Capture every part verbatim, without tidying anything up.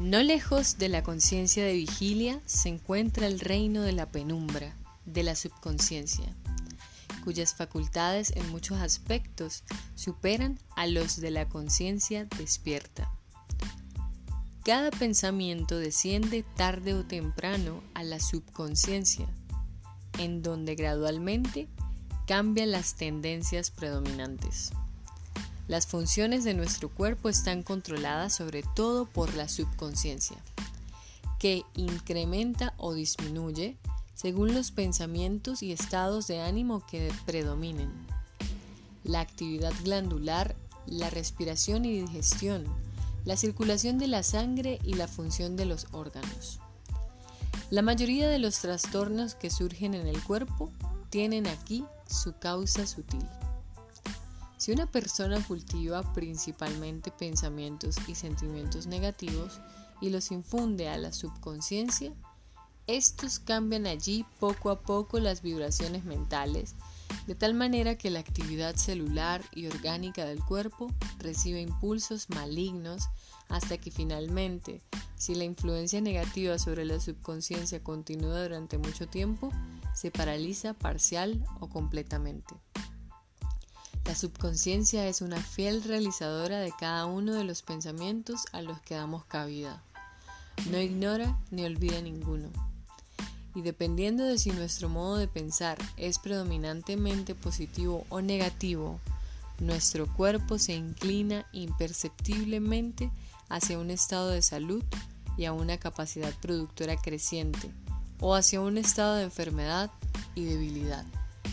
No lejos de la conciencia de vigilia se encuentra el reino de la penumbra, de la subconsciencia, cuyas facultades en muchos aspectos superan a los de la conciencia despierta. Cada pensamiento desciende tarde o temprano a la subconsciencia, en donde gradualmente cambian las tendencias predominantes. Las funciones de nuestro cuerpo están controladas sobre todo por la subconsciencia, que incrementa o disminuye según los pensamientos y estados de ánimo que predominen. La actividad glandular, la respiración y digestión, la circulación de la sangre y la función de los órganos. La mayoría de los trastornos que surgen en el cuerpo tienen aquí su causa sutil. Si una persona cultiva principalmente pensamientos y sentimientos negativos y los infunde a la subconsciencia, estos cambian allí poco a poco las vibraciones mentales, de tal manera que la actividad celular y orgánica del cuerpo recibe impulsos malignos hasta que finalmente, si la influencia negativa sobre la subconsciencia continúa durante mucho tiempo, se paraliza parcial o completamente. La subconsciencia es una fiel realizadora de cada uno de los pensamientos a los que damos cabida. No ignora ni olvida ninguno. Y dependiendo de si nuestro modo de pensar es predominantemente positivo o negativo, nuestro cuerpo se inclina imperceptiblemente hacia un estado de salud y a una capacidad productora creciente, o hacia un estado de enfermedad y debilidad.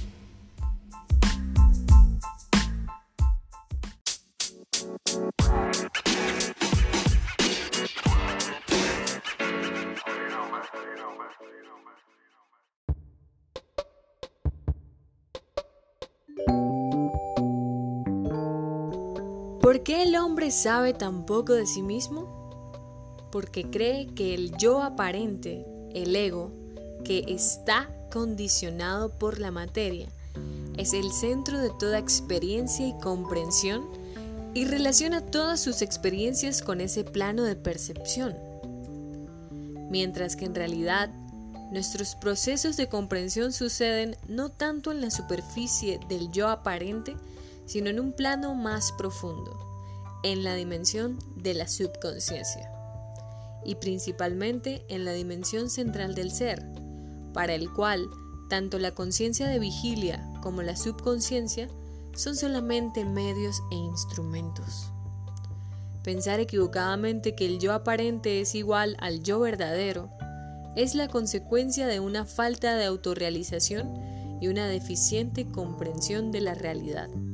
¿Por qué el hombre sabe tan poco de sí mismo? Porque cree que el yo aparente, el ego, que está condicionado por la materia, es el centro de toda experiencia y comprensión y relaciona todas sus experiencias con ese plano de percepción. Mientras que en realidad nuestros procesos de comprensión suceden no tanto en la superficie del yo aparente, sino en un plano más profundo, en la dimensión de la subconsciencia, y principalmente en la dimensión central del ser, para el cual tanto la conciencia de vigilia como la subconsciencia son solamente medios e instrumentos. Pensar equivocadamente que el yo aparente es igual al yo verdadero es la consecuencia de una falta de autorrealización y una deficiente comprensión de la realidad.